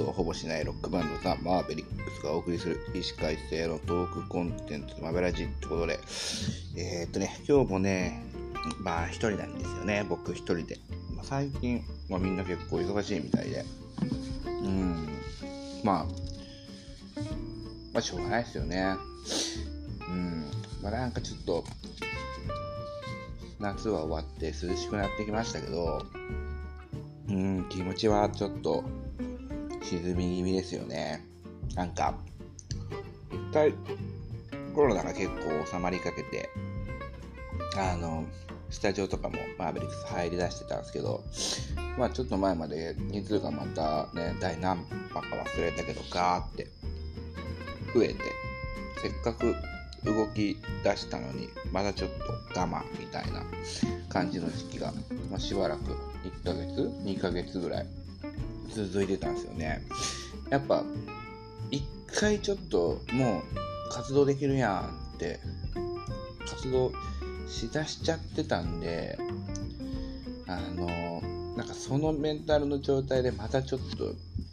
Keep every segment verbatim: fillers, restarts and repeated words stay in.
をほぼしないロックバンドザ・マーベリックスがお送りする起死回生のトークコンテンツマベラジってことで、えー、っとね今日もねまあ一人なんですよね。僕一人で、まあ、最近、まあ、みんな結構忙しいみたいでうんまあまあしょうがないですよね。うんまあなんかちょっと夏は終わって涼しくなってきましたけど、うん気持ちはちょっと沈み気味ですよね。なんか一回コロナが結構収まりかけて、あのスタジオとかもマーベリックス入り出してたんですけど、まあちょっと前まで人数がまたね第何波か忘れたけどガーって増えて、せっかく動き出したのにまだちょっと我慢みたいな感じの時期が、まあ、しばらくいっかげつにかげつぐらい続いてたんですよね。やっぱ一回ちょっともう活動できるやんって活動しだしちゃってたんで、あのなんかそのメンタルの状態でまたちょっと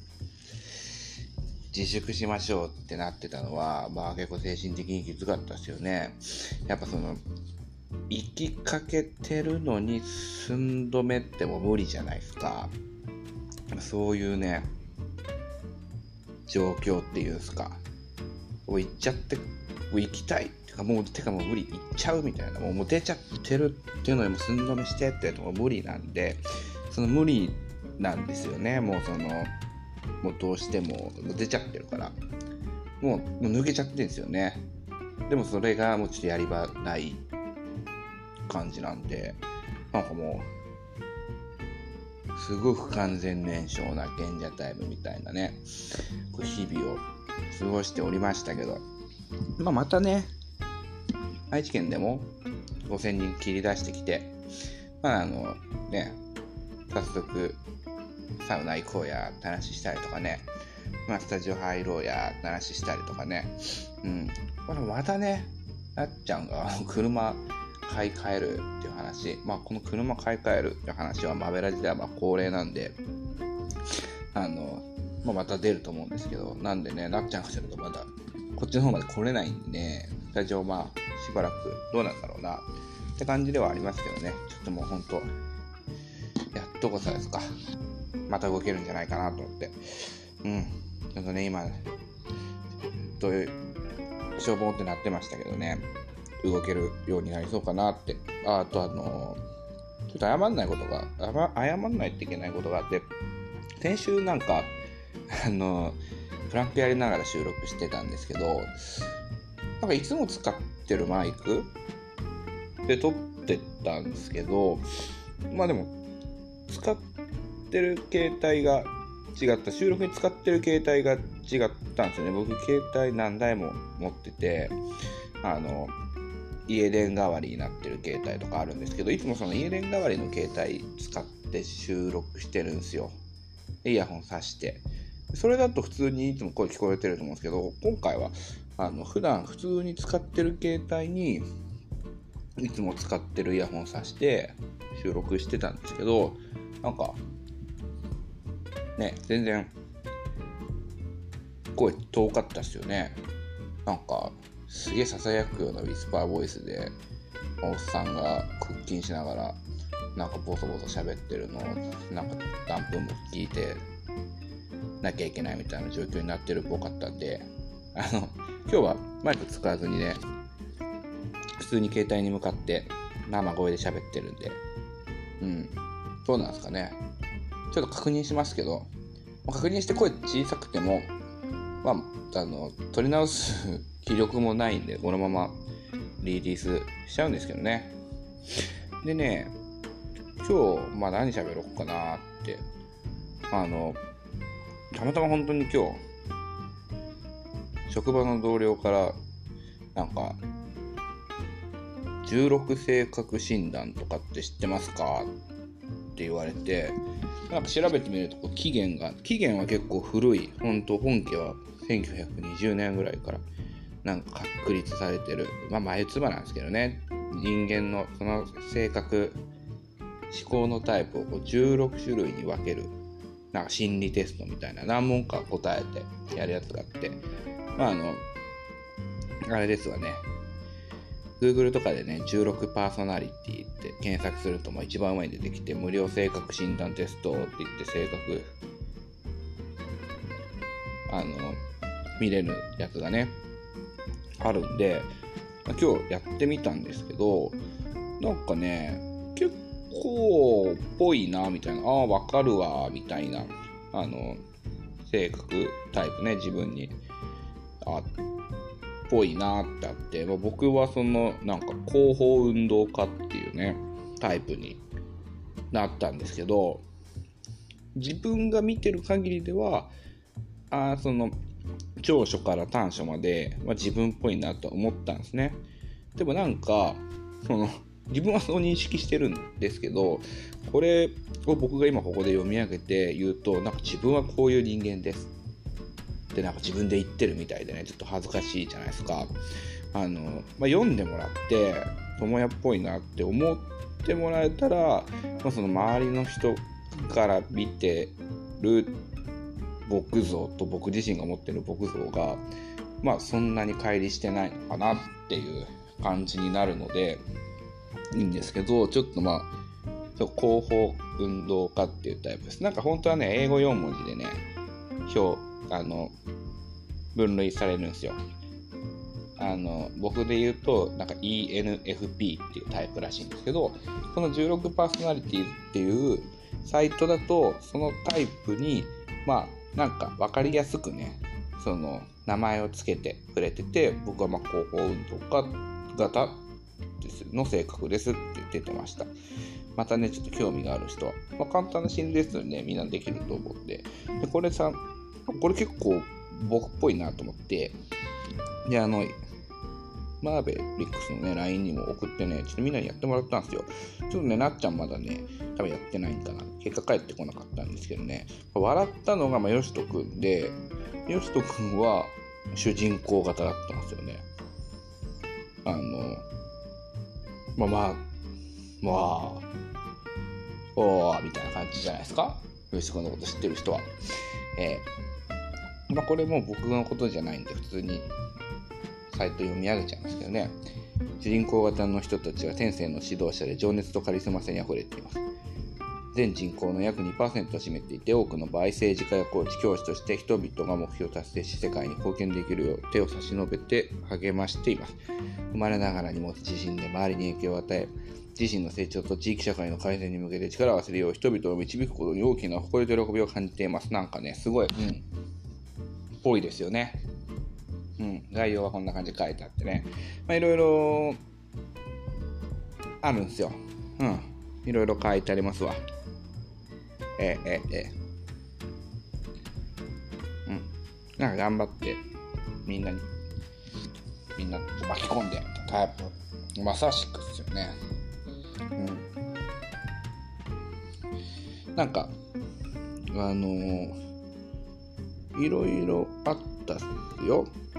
自粛しましょうってなってたのは、まあ結構精神的にきつかったですよね。やっぱその生きかけてるのに寸止めっても無理じゃないですか。そういうね状況っていうんですか、もう行っちゃって、もう行きたいってかもうてかもう無理行っちゃうみたいな、もうもう出ちゃってるっていうのにも寸止めしてってもう無理なんで、その無理なんですよね。もうそのもうどうしても出ちゃってるからもう、もう抜けちゃってるんですよね。でもそれがもうちょっとやり場ない感じなんで、なんかもうすごい不完全燃焼な賢者タイムみたいなねこう日々を過ごしておりましたけど、まあ、またね愛知県でもごせんにん切り出してきて、まああのね早速サウナ行こうやって話したりとかね、まあ、スタジオ入ろうやって話したりとかね、うん、またねなっちゃんが車買い替えるっていう話、まあこの車買い替えるっていう話はマベラジではまあ恒例なんで、あの、まあ、また出ると思うんですけど、なんでねなっちゃんがするとまだこっちの方まで来れないんでね、スタジオまあしばらくどうなんだろうなって感じではありますけどね、ちょっともうほんとやっとこそですかまた動けるんじゃないかなと思って、うんちょっとね今どういうしょぼんってなってましたけどね、動けるようになりそうかなって。 あ, あとあのちょっと謝んないことが謝んないといけないことがあって、先週なんかあのフランクやりながら収録してたんですけど、なんかいつも使ってるマイクで撮ってたんですけど、まあでも使ってる携帯が違った、収録に使ってる携帯が違ったんですよね。僕携帯何台も持ってて、あの家電代わりになってる携帯とかあるんですけど、いつもその家電代わりの携帯使って収録してるんですよ。イヤホン挿して、それだと普通にいつも声聞こえてると思うんですけど、今回はあの普段普通に使ってる携帯にいつも使ってるイヤホン挿して収録してたんですけど、なんかね全然声遠かったっすよね。なんかすげえささやくようなウィスパーボイスでおっさんが腹筋しながらなんかボソボソ喋ってるのをなんか何分も聞いてなきゃいけないみたいな状況になってるっぽかったんで、あの今日はマイク使わずにね普通に携帯に向かって生声で喋ってるんで、うんどうなんですかね、ちょっと確認しますけど、確認して声小さくてもまあ、あの取り直す気力もないんでこのままリリースしちゃうんですけどね。でね今日、まあ、何喋ろうかなってあのたまたま本当に今日職場の同僚からなんかじゅうろく性格診断とかって知ってますかって言われて、なんか調べてみると期限が期限は結構古い、本当本家はせんきゅうひゃくにじゅうねんぐらいからなんか確立されてる、まあ前つばなんですけどね、人間のその性格思考のタイプをこうじゅうろくしゅるいに分けるなんか心理テストみたいな何問か答えてやるやつがあって、まああのあれですわね、Google とかでねじゅうろくパーソナリティって検索するともう一番上に出てきて、無料性格診断テストって言って性格あの見れるやつがねあるんで、まあ、今日やってみたんですけど、なんかね結構っぽいなみたいな、ああわかるわみたいな、あの性格タイプね自分にあっぽいなってあって、まあ、僕はそのなんか広報運動家っていうねタイプになったんですけど、自分が見てる限りではあその長所から短所まで、まあ、自分っぽいなと思ったんですね。でもなんかその自分はそう認識してるんですけど、これを僕が今ここで読み上げて言うと、なんか自分はこういう人間ですってなんか自分で言ってるみたいでね、ちょっと恥ずかしいじゃないですか。あの、まあ、読んでもらって智也っぽいなって思ってもらえたら、まあ、その周りの人から見てる僕像と僕自身が持ってる僕像がまあそんなに乖離してないのかなっていう感じになるのでいいんですけど、ちょっとまあ広報運動家っていうタイプです。なんか本当はね英語よん文字でね表あの分類されるんですよ。あの僕で言うとなんか イーエヌエフピー っていうタイプらしいんですけど、このじゅうろくパーソナリティっていうサイトだとそのタイプにまあなんか分かりやすくねその名前をつけてくれてて、僕はまあ広報運動家型ですの性格ですって出てました。またねちょっと興味がある人は、まあ、簡単な心理テストでねみんなできると思うんで、でこれさこれ結構僕っぽいなと思って、であのマーベリックスのね ライン にも送ってねちょっとみんなにやってもらったんですよ。ちょっとねなっちゃんまだね多分やってないんかな、結果返ってこなかったんですけどね、笑ったのがまあよしとくんで、よしとくんは主人公型だったんですよね。あのまあまあまあおーみたいな感じじゃないですか、よしとくんのこと知ってる人は。えー、まあこれもう僕のことじゃないんで普通にサイト読み上げちゃいますけどね。主人公型の人たちは天性の指導者で情熱とカリスマ性にあふれています。全人口の約 にパーセント を占めていて、多くの場合政治家やコーチ、教師として人々が目標を達成し世界に貢献できるよう手を差し伸べて励ましています。生まれながらに持つ自信で周りに影響を与え、自身の成長と地域社会の改善に向けて力を合わせるよう人々を導くことに大きな誇りと喜びを感じています。なんかねすごい、うん、ぽいですよね。うん、概要はこんな感じで書いてあってね、まあいろいろあるんですよ。うん、いろいろ書いてありますわ。ええええ、うん、なんか頑張ってみんなにみんな巻き込んでタイプまさしくですよね。うん、なんかあのー、いろいろあったっすよ。うん。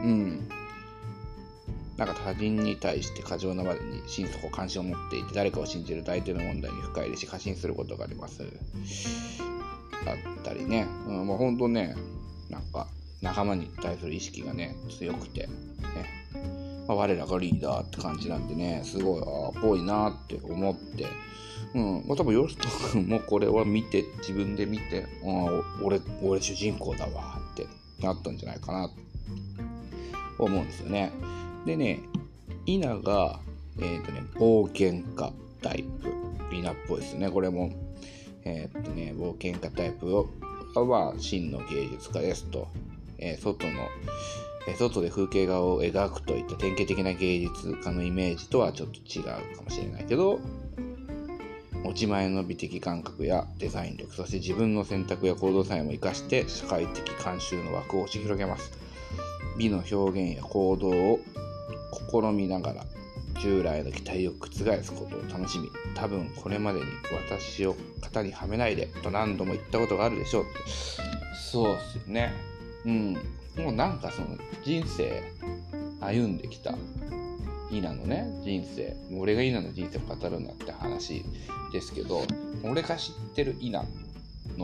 なんか他人に対して過剰なまでに心底関心を持っていて誰かを信じる大抵の問題に深入りし過信することがあります。だったりね、うん、もうほんとね、なんか仲間に対する意識がね強くて、ね、まあ、我らがリーダーって感じなんでね、すごいあぽいなって思って、うん、まあ多分ヨシト君もこれは見て自分で見て、あ俺俺主人公だわってなったんじゃないかなと思うんですよね。でね、イナが、えーとね、冒険家タイプ。イナっぽいですね。これも、えーとね、冒険家タイプをは真の芸術家ですと。えー、外の、えー、外で風景画を描くといった典型的な芸術家のイメージとはちょっと違うかもしれないけど、持ち前の美的感覚やデザイン力、そして自分の選択や行動さえも生かして社会的慣習の枠を押し広げます。美の表現や行動を試みながら従来の期待を覆すことを楽しみ、多分これまでに私を型にはめないでと何度も言ったことがあるでしょうって。そうっすよね。うん。もうなんかその人生歩んできたイナのね人生、俺がイナの人生を語るんだって話ですけど、俺が知ってるイナの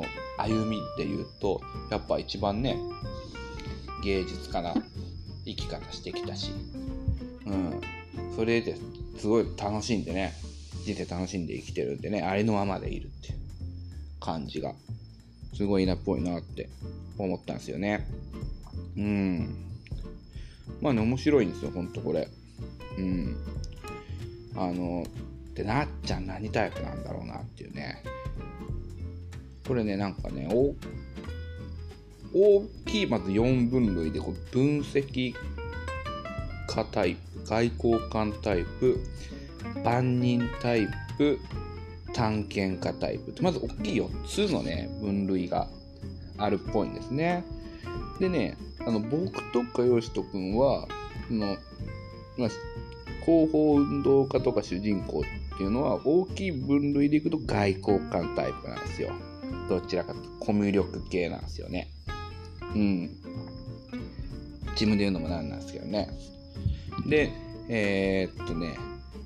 歩みっていうとやっぱ一番ね芸術家な生き方してきたし、うん、それですごい楽しんでね人生楽しんで生きてるんでね、ありのままでいるっていう感じがすごいなっぽいなって思ったんですよね。うんまあね面白いんですよほんとこれ。うんあのでなっちゃん何タイプなんだろうなっていうね。これねなんかねお大きいまずよんぶん類でこう分析家タイプ、外交官タイプ、万人タイプ、探検家タイプってまず大きいよっつのね分類があるっぽいんですね。でねあの僕とかよしとくんはの、まあ、広報運動家とか主人公っていうのは大きい分類でいくと外交官タイプなんですよ。どちらかというとコミュ力系なんですよね。うん自分で言うのもなんなんですけどね。でえー、っとね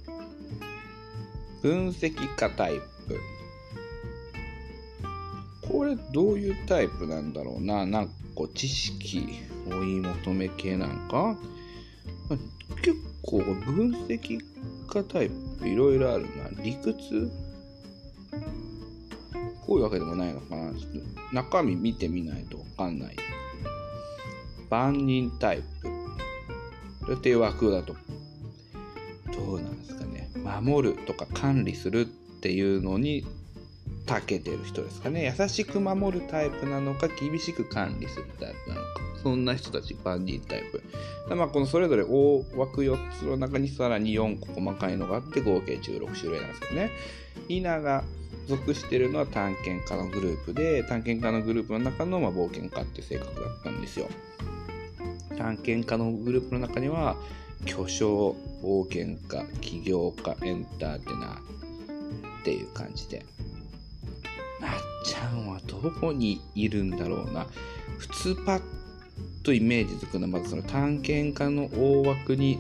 分析家タイプ、これどういうタイプなんだろうな。なんかこう知識追い求め系なんか、結構分析家タイプいろいろあるな。理屈こういうわけでもないのかな。ちょっと中身見てみないと分かんない。万人タイプそれっていう枠だとどうなんですかね。守るとか管理するっていうのに長けてる人ですかね。優しく守るタイプなのか厳しく管理するタイプなのか、そんな人たち万人タイプ。まあこのそれぞれ大枠よっつの中にさらによんこ細かいのがあって合計じゅうろく種類なんですけどね。イナが属しているのは探検家のグループで、探検家のグループの中のまあ冒険家っていう性格だったんですよ。探検家のグループの中には巨匠、冒険家、起業家、エンターテイナーっていう感じで、なっちゃんはどこにいるんだろうな。普通パッとイメージつくのはまずその探検家の大枠に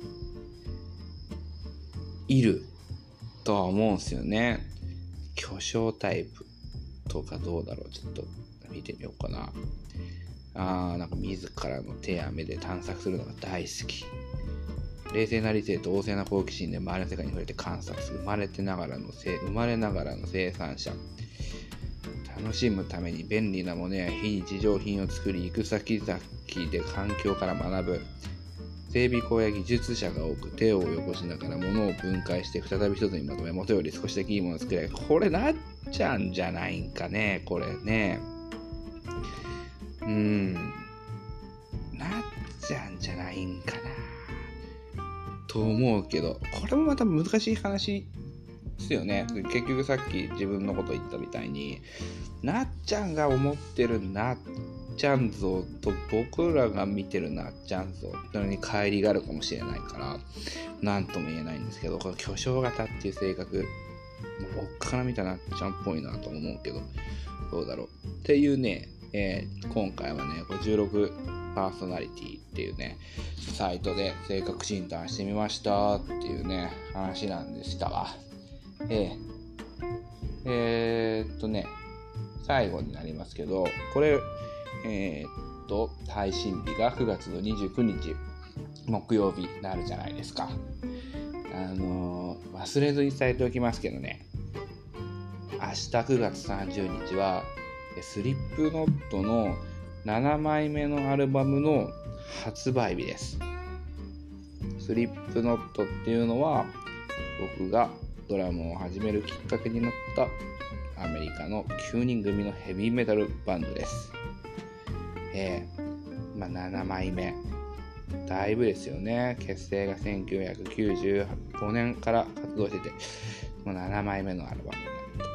いるとは思うんですよね。巨匠タイプとかどうだろう、ちょっと見てみようかな。あーなんか自らの手や目で探索するのが大好き。冷静な理性と旺盛な好奇心で周りの世界に触れて観察する。生まれてながらの生まれながらの生産者。楽しむために便利なものや非日常品を作り、行く先々で環境から学ぶ。整備工や技術者が多く、手をよこしながら物を分解して再び一つにまとめ、元より少しだけいいものを作れ。これなっちゃんじゃないんかね、これね。うーん。なっちゃんじゃないんかな。と思うけど、これもまた難しい話ですよね。結局さっき自分のこと言ったみたいに、なっちゃんが思ってるなっちゃん像と僕らが見てるなっちゃん像ってのに乖離があるかもしれないから何とも言えないんですけど、この巨匠型っていう性格、僕から見たらなっちゃんっぽいなと思うけどどうだろうっていうね、えー、今回はねじゅうろくパーソナリティっていうねサイトで性格診断してみましたっていうね話なんでしたが、えー、えー、っとね最後になりますけど、これえー、っと配信日がくがつのにじゅうくにち木曜日になるじゃないですか。あのー、忘れずに伝えておきますけどね、明日くがつさんじゅうにちはスリップノットのななまいめのアルバムの発売日です。スリップノットっていうのは僕がドラムを始めるきっかけになったアメリカのきゅうにん組のヘビーメタルバンドです。えーまあ、ななまいめだいぶですよね。結成がせんきゅうひゃくきゅうじゅうごねんから活動してて、もうななまいめのアルバムにな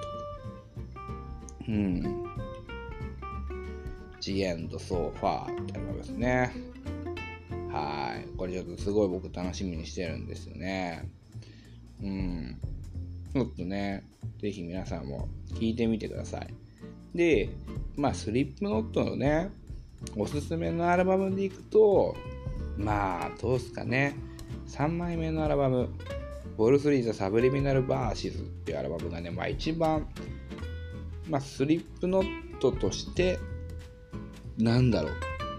ったと。うん。The End So Far ってアルバムですね。はい。これちょっとすごい僕楽しみにしてるんですよね。うん。ちょっとね、ぜひ皆さんも聞いてみてください。で、まあスリップノットのね、おすすめのアルバムでいくと、まあどうすかね、さんまいめのアルバムボルスリーザサブリミナルバーシズっていうアルバムがね、まあ一番、まあスリップノットとしてなんだろう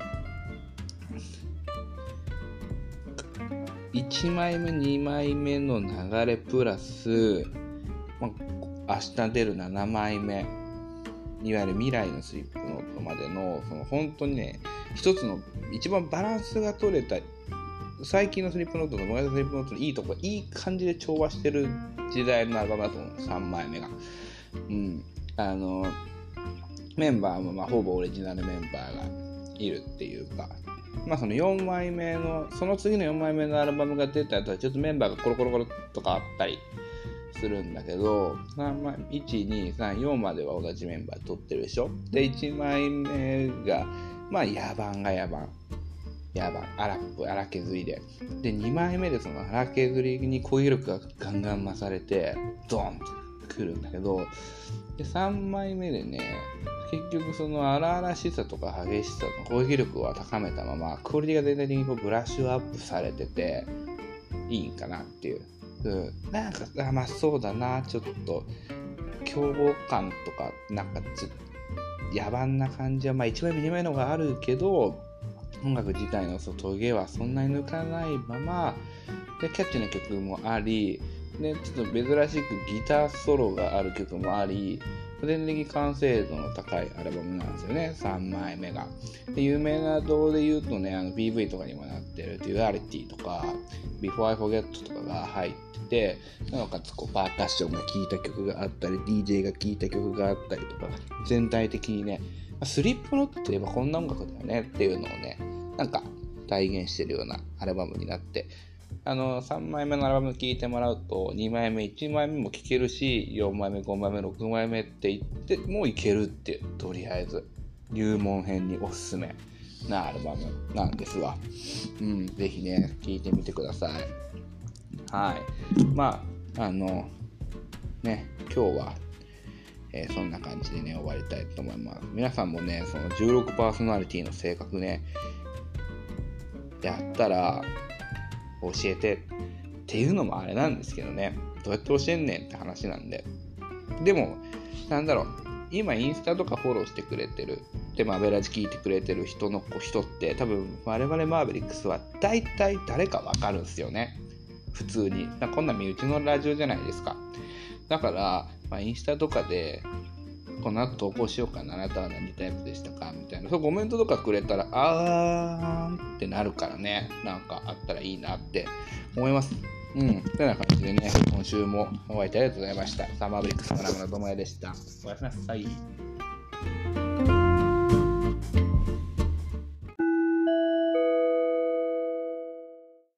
いちまいめにまいめの流れプラス、まあ、明日出るななまいめいわゆる未来のスリップノートまでのその本当にね一つの一番バランスが取れた最近のスリップノートと昔のスリップノートのいいとこいい感じで調和してる時代のアルバムだと思うさんまいめがうんあのメンバーもまあほぼオリジナルメンバーがいるっていうかまあそのよんまいめのその次のよんまいめのアルバムが出た後はちょっとメンバーがコロコロコロとかあったりするんだけどいち、に、さん、よんまでは同じメンバー撮ってるでしょでいちまいめがまあ野蛮が野蛮野蛮荒っぽい荒削りででにまいめでその荒削りに攻撃力がガンガン増されてドーンとくるんだけどでさんまいめでね結局その荒々しさとか激しさの攻撃力は高めたままクオリティが全体的にこうブラッシュアップされてていいんかなっていう、うん、なんかあまあそうだなちょっと凶暴感とかなんかつ野蛮な感じはまあいちまいめにまいめのがあるけど音楽自体のそのトゲはそんなに抜かないままでキャッチーな曲もありでちょっと珍しくギターソロがある曲もあり全然的完成度の高いアルバムなんですよねさんまいめがで有名な動で言うとねあの ピーブイ とかにもなってる Duality とか Before I Forget とかが入っててなおかつこうパーカッションが効いた曲があったり ディージェー が効いた曲があったりとか全体的にねスリップノットといえばこんな音楽だよねっていうのをねなんか体現してるようなアルバムになってあのさんまいめのアルバム聴いてもらうとにまいめいちまいめも聴けるしよんまいめごまいめろくまいめって言ってもういけるってとりあえず入門編におすすめなアルバムなんですわうんぜひね聴いてみてくださいはいまああのね今日はえー、そんな感じでね終わりたいと思います皆さんもねそのじゅうろくパーソナリティの性格ねやったら教えてっていうのもあれなんですけどねどうやって教えんねんって話なんででもなんだろう今インスタとかフォローしてくれてるでマーベラジ聞いてくれてる人の人って多分我々マーベリックスは大体誰かわかるんですよね普通にこんな身内のラジオじゃないですかだから、まあ、インスタとかでこの後投稿しようかなあなたは何タイプでしたかみたいなそうコメントとかくれたらあーってなるからねなんかあったらいいなって思いますうんてな感じでね今週もお会いいたいありがとうございましたサマーブリックスの生のどもやでしたおやすみなさい。